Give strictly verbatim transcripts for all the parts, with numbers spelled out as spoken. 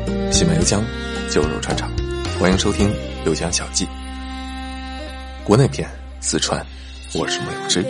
西门游江，旧肉传承，欢迎收听游江小记。国内篇，四川，我是木有之。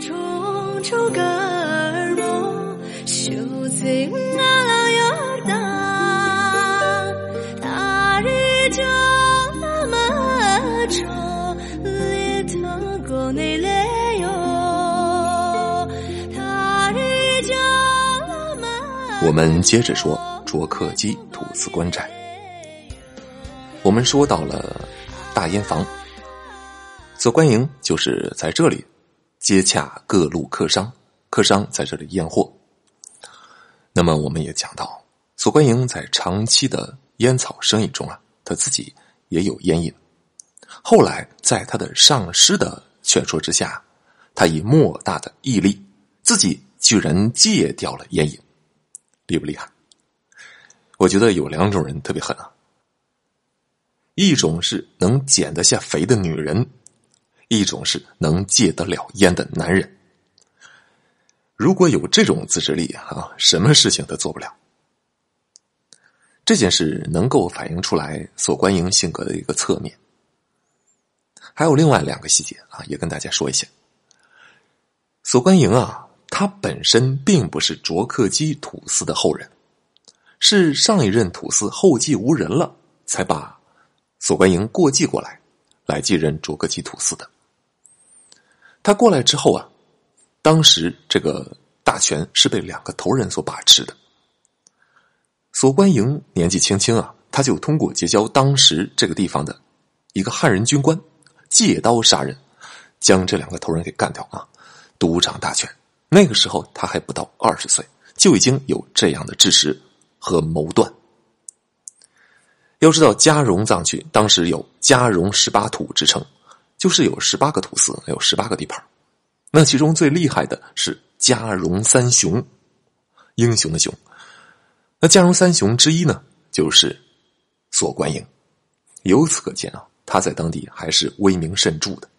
我们接着说卓克基土司官寨。我们说到了大烟房，索官营就是在这里接洽各路客商，客商在这里验货。那么我们也讲到，索官营在长期的烟草生意中啊，他自己也有烟瘾。后来在他的上师的劝说之下，他以莫大的毅力，自己居然戒掉了烟瘾。厉不厉害？我觉得有两种人特别狠啊，一种是能减得下肥的女人，一种是能戒得了烟的男人。如果有这种自制力啊，什么事情都做不了。这件事能够反映出来索官营性格的一个侧面。还有另外两个细节啊，也跟大家说一下。索官营啊，他本身并不是卓克基土司的后人，是上一任土司后继无人了，才把索官营过继过来，来继任卓克基土司的。他过来之后啊，当时这个大权是被两个头人所把持的。索官营年纪轻轻啊，他就通过结交当时这个地方的一个汉人军官，借刀杀人，将这两个头人给干掉啊，独掌大权。那个时候他还不到二十岁，就已经有这样的志识和谋断。要知道嘉荣藏区当时有嘉荣十八土之称，就是有十八个土司，有十八个地盘。那其中最厉害的是嘉荣三雄，英雄的雄。那嘉荣三雄之一呢，就是索官营。由此可见啊，他在当地还是威名甚著的。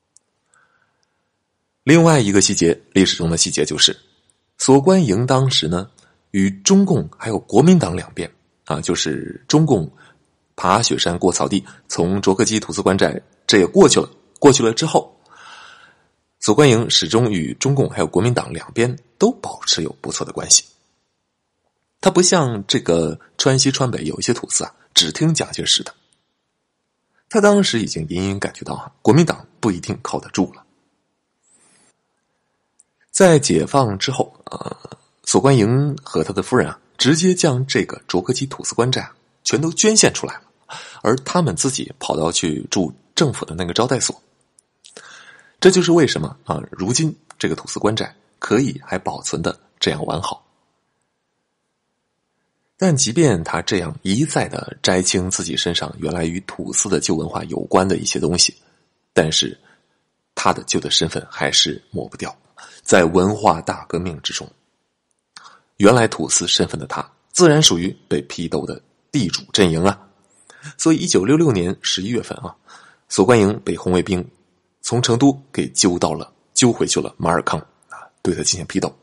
另外一个细节，历史中的细节就是，索官营当时呢，与中共还有国民党两边啊，就是中共爬雪山过草地，从卓克基土司官寨这也过去了，过去了之后，索官营始终与中共还有国民党两边都保持有不错的关系。他不像这个川西川北有一些土司啊，只听蒋介石的。他当时已经隐隐感觉到啊，国民党不一定靠得住了。在解放之后，呃，索官营和他的夫人啊，直接将这个卓克基土司官寨啊，全都捐献出来了，而他们自己跑到去住政府的那个招待所。这就是为什么啊，如今这个土司官寨可以还保存的这样完好。但即便他这样一再的摘清自己身上原来与土司的旧文化有关的一些东西，但是他的旧的身份还是抹不掉。在文化大革命之中，原来土司身份的他自然属于被批斗的地主阵营啊。所以一九六六年十一月份啊，索官营被红卫兵从成都给揪到了，揪回去了马尔康啊，对他进行批斗。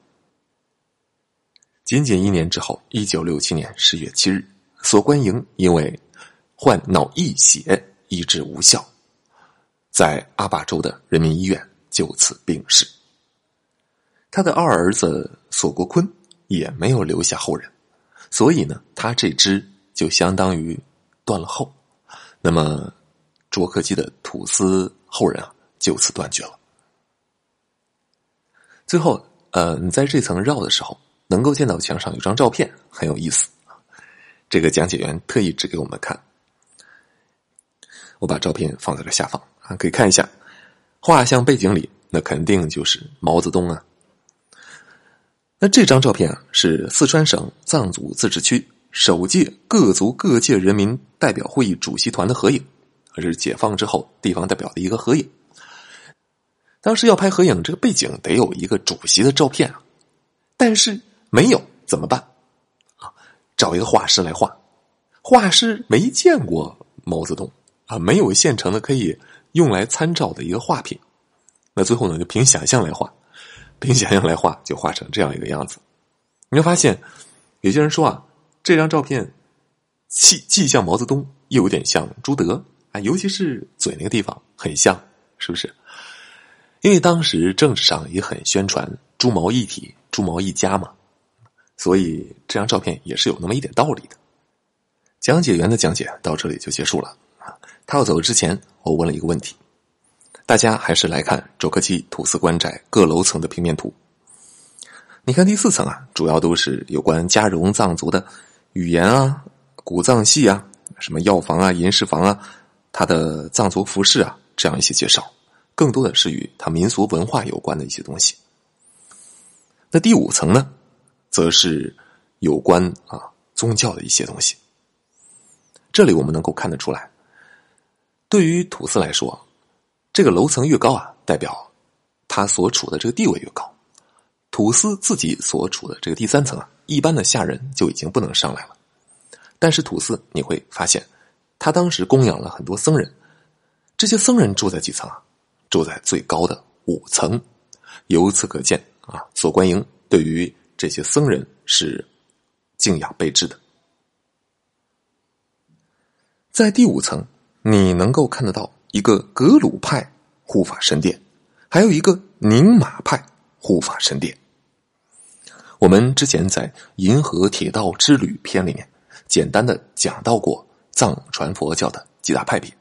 仅仅一年之后，一九六七年十月七日，索官营因为患脑溢血医治无效，在阿坝州的人民医院就此病逝。他的二儿子索国坤也没有留下后人，所以呢，他这支就相当于断了后。那么卓克基的土司后人啊，就此断绝了。最后，呃，你在这层绕的时候，能够见到墙上有张照片，很有意思。这个讲解员特意指给我们看，我把照片放在了下方啊，可以看一下。画像背景里，那肯定就是毛泽东啊。那这张照片啊，是四川省藏族自治区首届各族各界人民代表会议主席团的合影，这是解放之后地方代表的一个合影。当时要拍合影，这个背景得有一个主席的照片啊，但是没有怎么办啊？找一个画师来画，画师没见过毛泽东啊，没有现成的可以用来参照的一个画品，那最后呢，就凭想象来画。凭想象来画，就画成这样一个样子。你会发现，有些人说啊，这张照片既既像毛泽东，又有点像朱德啊，尤其是嘴那个地方很像，是不是？因为当时政治上也很宣传朱毛一体、朱毛一家嘛，所以这张照片也是有那么一点道理的。讲解员的讲解到这里就结束了。他要走之前，我问了一个问题，大家还是来看卓克基土司官寨各楼层的平面图。你看第四层啊，主要都是有关加绒藏族的语言啊、古藏戏啊、什么药房啊、银饰房啊、它的藏族服饰啊，这样一些介绍，更多的是与它民俗文化有关的一些东西。那第五层呢，则是有关啊宗教的一些东西。这里我们能够看得出来，对于土司来说，这个楼层越高啊，代表他所处的这个地位越高。土司自己所处的这个第三层啊，一般的下人就已经不能上来了。但是土司你会发现，他当时供养了很多僧人，这些僧人住在几层啊？住在最高的五层。由此可见啊，索观营对于这些僧人是敬仰备至的。在第五层，你能够看得到一个格鲁派护法神殿，还有一个宁玛派护法神殿。我们之前在《银河铁道之旅》篇里面简单的讲到过藏传佛教的几大派别，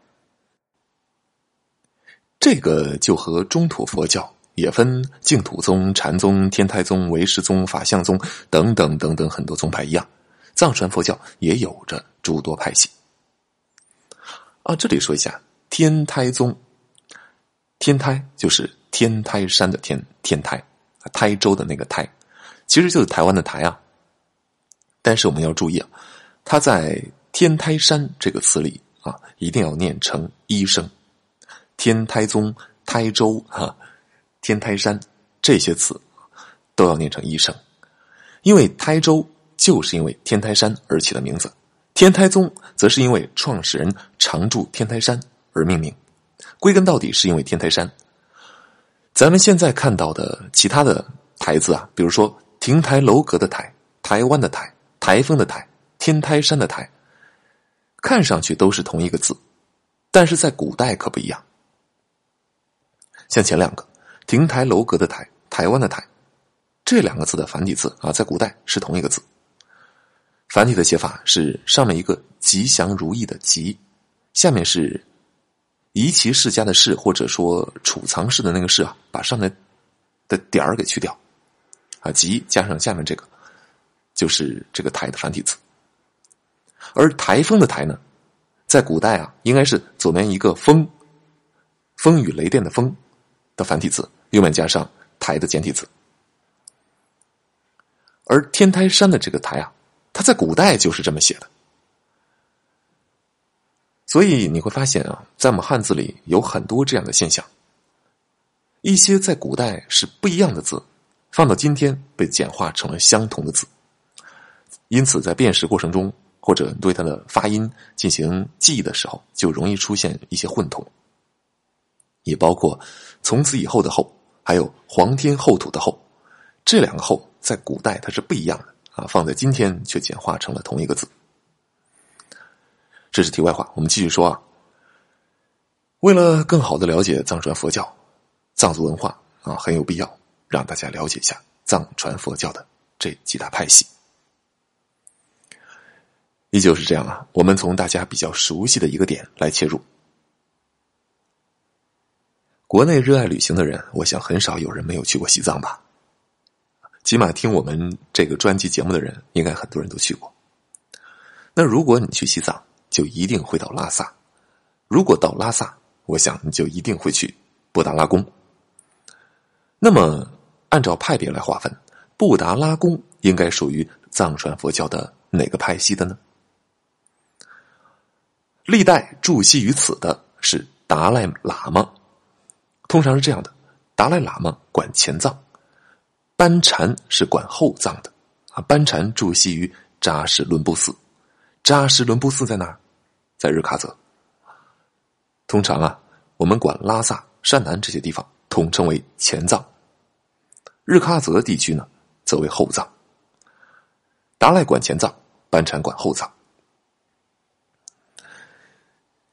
这个就和中土佛教也分净土宗、禅宗、天台宗、唯识宗、法相宗等等等等很多宗派一样，藏传佛教也有着诸多派系。啊，这里说一下天台宗，天台就是天台山的天，天台，台州的那个台，其实就是台湾的台啊。但是我们要注意啊，它在天台山这个词里啊，一定要念成一声。天台宗、台州啊、天台山这些词都要念成一声，因为台州就是因为天台山而起的名字，天台宗则是因为创始人常住天台山而命名，归根到底是因为天台山。咱们现在看到的其他的台字啊，比如说亭台楼阁的台、台湾的台、台风的台、天台山的台，看上去都是同一个字，但是在古代可不一样。像前两个亭台楼阁的台、台湾的台，这两个字的繁体字啊，在古代是同一个字。繁体的写法是上面一个吉祥如意的吉，下面是宜其世家的世，或者说储藏室的那个室啊，把上面的点儿给去掉啊，吉加上下面这个就是这个台的繁体字。而台风的台呢，在古代啊，应该是左面一个风，风雨雷电的风的繁体字，右面加上台的简体字。而天台山的这个台啊，它在古代就是这么写的。所以你会发现啊，在我们汉字里有很多这样的现象，一些在古代是不一样的字，放到今天被简化成了相同的字，因此在辨识过程中或者对它的发音进行记忆的时候，就容易出现一些混同。也包括从此以后的后，还有皇天厚土的厚，这两个后在古代它是不一样的啊，放在今天却简化成了同一个字。这是题外话，我们继续说啊。为了更好的了解藏传佛教、藏族文化啊，很有必要让大家了解一下藏传佛教的这几大派系。依旧是这样啊，我们从大家比较熟悉的一个点来切入。国内热爱旅行的人，我想很少有人没有去过西藏吧。起码听我们这个专辑节目的人，应该很多人都去过。那如果你去西藏，就一定会到拉萨。如果到拉萨，我想你就一定会去布达拉宫。那么按照派别来划分，布达拉宫应该属于藏传佛教的哪个派系的呢？历代驻锡于此的是达赖喇嘛，通常是这样的，达赖喇嘛管前藏，班禅是管后藏的啊。班禅驻锡于扎什伦布寺，扎什伦布寺在哪儿？在日喀则。通常啊，我们管拉萨、山南这些地方统称为前藏，日喀则地区呢则为后藏。达赖管前藏，班禅管后藏。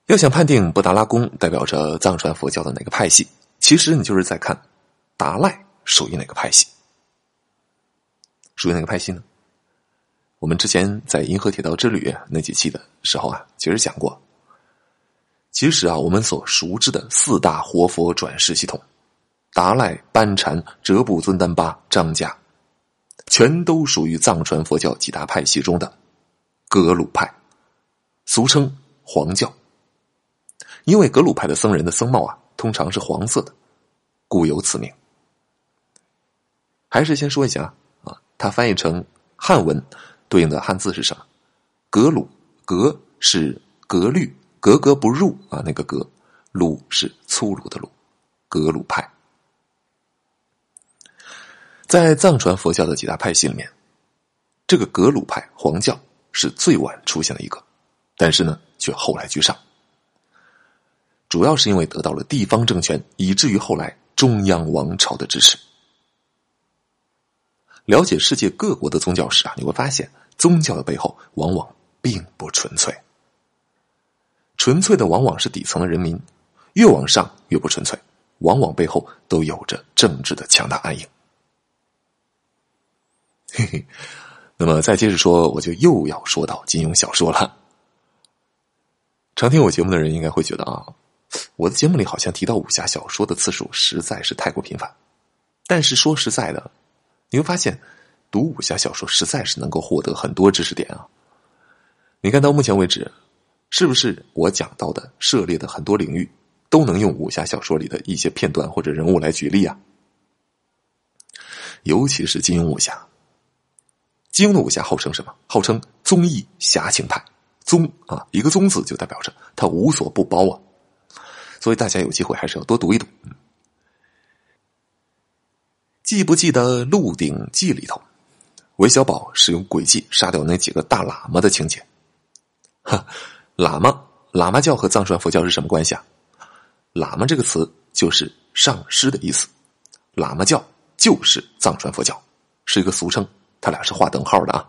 要想判定布达拉宫代表着藏传佛教的哪个派系，其实你就是在看达赖属于哪个派系。属于哪个派系呢？我们之前在银河铁道之旅那几期的时候啊，其实讲过。其实啊，我们所熟知的四大活佛转世系统，达赖、班禅、哲布尊丹巴、张家，全都属于藏传佛教几大派系中的格鲁派，俗称黄教。因为格鲁派的僧人的僧帽啊，通常是黄色的，故有此名。还是先说一下啊，它翻译成汉文对应的汉字是什么？格鲁，格是格律，格格不入啊，那个格，鲁是粗鲁的鲁，格鲁派。在藏传佛教的几大派系里面，这个格鲁派黄教是最晚出现的一个，但是呢，却后来居上。主要是因为得到了地方政权，以至于后来中央王朝的支持。了解世界各国的宗教史啊，你会发现宗教的背后往往并不纯粹。纯粹的往往是底层的人民，越往上越不纯粹，往往背后都有着政治的强大暗影。嘿嘿，那么再接着说，我就又要说到金庸小说了。常听我节目的人应该会觉得啊，我的节目里好像提到武侠小说的次数实在是太过频繁。但是说实在的，你会发现读武侠小说实在是能够获得很多知识点啊。你看到目前为止，是不是我讲到的涉猎的很多领域都能用武侠小说里的一些片段或者人物来举例啊？尤其是金庸武侠。金庸的武侠号称什么？号称宗义侠情派。宗啊，一个宗字就代表着他无所不包啊。所以大家有机会还是要多读一读。记不记得《鹿鼎记》里头，韦小宝使用诡计杀掉那几个大喇嘛的情节？哈，喇嘛，喇嘛教和藏传佛教是什么关系啊？喇嘛这个词就是上师的意思，喇嘛教就是藏传佛教，是一个俗称，他俩是划等号的啊。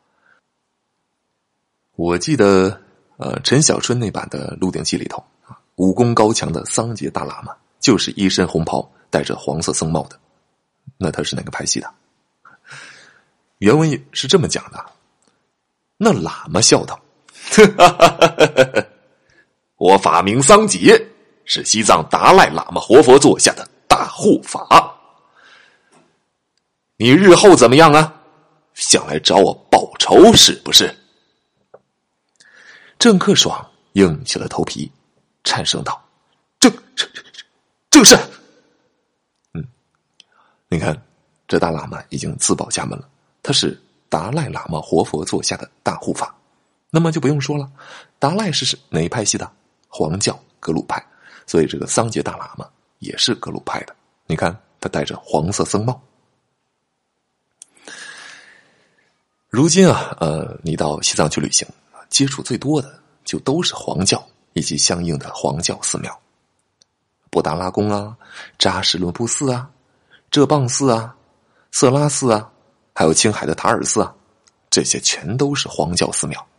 我记得呃，陈小春那版的《鹿鼎记》里头，武功高强的桑杰大喇嘛就是一身红袍戴着黄色僧帽的，那他是哪个派系的？原文是这么讲的，那喇嘛笑道，我法名桑杰，是西藏达赖喇嘛活佛座下的大护法，你日后怎么样啊？想来找我报仇是不是？郑克爽硬起了头皮，颤声道：正正是。嗯，你看这大喇嘛已经自报家门了，他是达赖喇嘛活佛座下的大护法。那么就不用说了，达赖是哪一派系的？黄教格鲁派，所以这个桑杰大喇嘛也是格鲁派的。你看他戴着黄色僧帽。如今啊，呃，你到西藏去旅行，接触最多的就都是黄教以及相应的黄教寺庙，布达拉宫啊、扎什伦布寺啊、浙蚌寺啊、色拉寺啊，还有青海的塔尔寺啊，这些全都是黄教寺庙。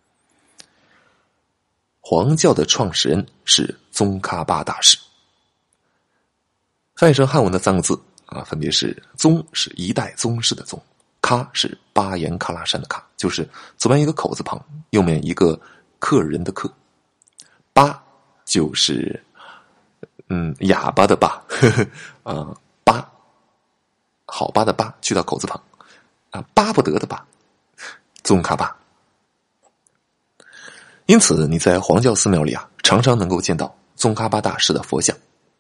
黄教的创始人是宗喀巴大师，翻译成汉文的三个字啊，分别是宗是一代宗师的宗，喀是巴颜喀拉山的喀，就是左边一个口字旁，右面一个客人的客，巴就是嗯哑巴的巴，呵呵啊巴好巴的巴去到口字旁啊，巴不得的巴，宗喀巴。因此你在黄教寺庙里啊，常常能够见到宗喀巴大师的佛像。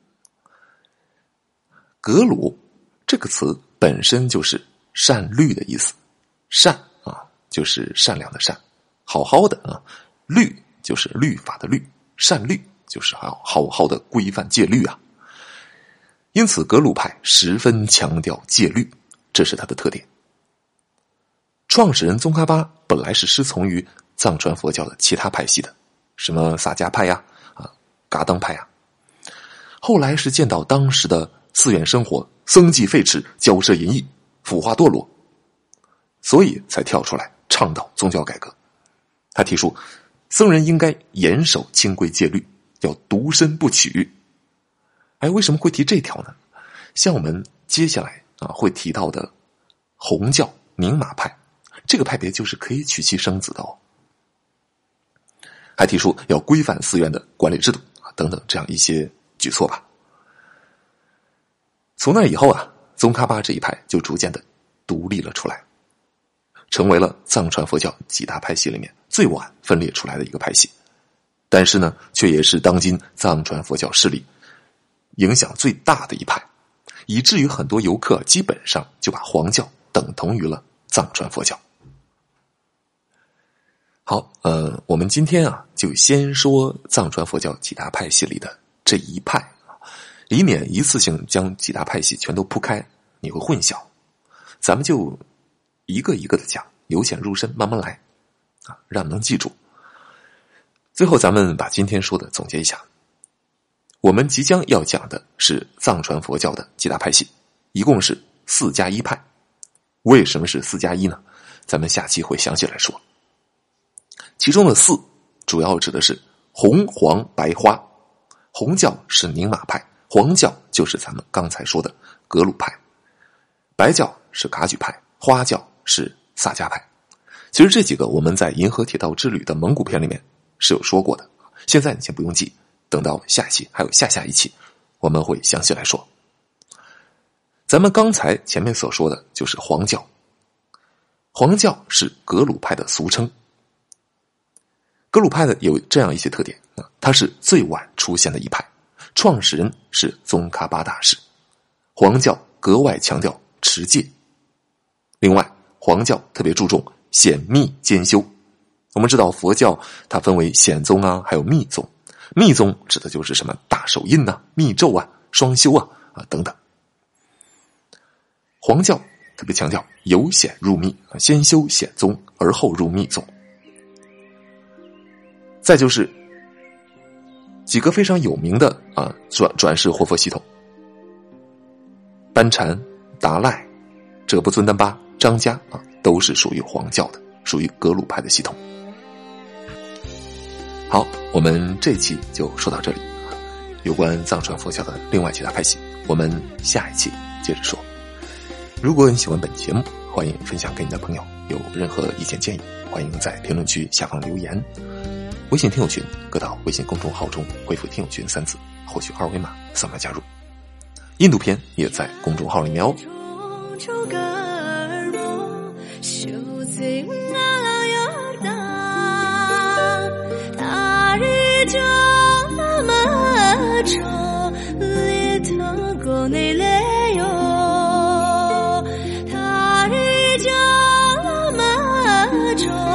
格鲁这个词本身就是善律的意思，善啊就是善良的善，好好的啊，律就是律法的律，善律就是好好好的规范戒律啊。因此格鲁派十分强调戒律，这是他的特点。创始人宗喀巴本来是师从于藏传佛教的其他派系的，什么萨迦派呀、啊噶当派呀，后来是见到当时的寺院生活僧纪废弛、骄奢淫逸、腐化堕落，所以才跳出来倡导宗教改革。他提出僧人应该严守清规戒律，要独身不娶。哎，为什么会提这条呢？像我们接下来啊会提到的红教宁玛派，这个派别就是可以娶妻生子的哦。还提出要规范寺院的管理制度啊等等这样一些举措吧。从那以后啊，宗喀巴这一派就逐渐的独立了出来，成为了藏传佛教几大派系里面最晚分裂出来的一个派系，但是呢，却也是当今藏传佛教势力影响最大的一派，以至于很多游客基本上就把黄教等同于了藏传佛教。好，呃，我们今天啊，就先说藏传佛教几大派系里的这一派啊，以免一次性将几大派系全都铺开，你会混淆。咱们就一个一个的讲，由浅入深，慢慢来啊，让能记住。最后，咱们把今天说的总结一下。我们即将要讲的是藏传佛教的几大派系，一共是四加一派。为什么是四加一呢？咱们下期会详细来说。其中的四主要指的是红黄白花，红教是宁玛派，黄教就是咱们刚才说的格鲁派，白教是噶举派，花教是萨迦派。其实这几个我们在银河铁道之旅的蒙古篇里面是有说过的，现在你先不用记，等到下一期还有下下一期我们会详细来说。咱们刚才前面所说的就是黄教，黄教是格鲁派的俗称。格鲁派的有这样一些特点啊，它是最晚出现的一派，创始人是宗喀巴大师。黄教格外强调持戒，另外黄教特别注重显密兼修。我们知道佛教它分为显宗啊，还有密宗。密宗指的就是什么大手印啊、密咒啊、双修啊啊等等。黄教特别强调由显入密，先修显宗而后入密宗。再就是几个非常有名的啊转转世活佛系统，班禅、达赖、哲布尊丹巴、张家啊，都是属于黄教的，属于格鲁派的系统。好，我们这期就说到这里。有关藏传佛教的另外几大派系，我们下一期接着说。如果你喜欢本节目，欢迎分享给你的朋友。有任何意见建议，欢迎在评论区下方留言。微信听友群，各到微信公众号中回复听友群三字，获取二维码扫描加入。印度篇也在公众号里面哦。 他日将那么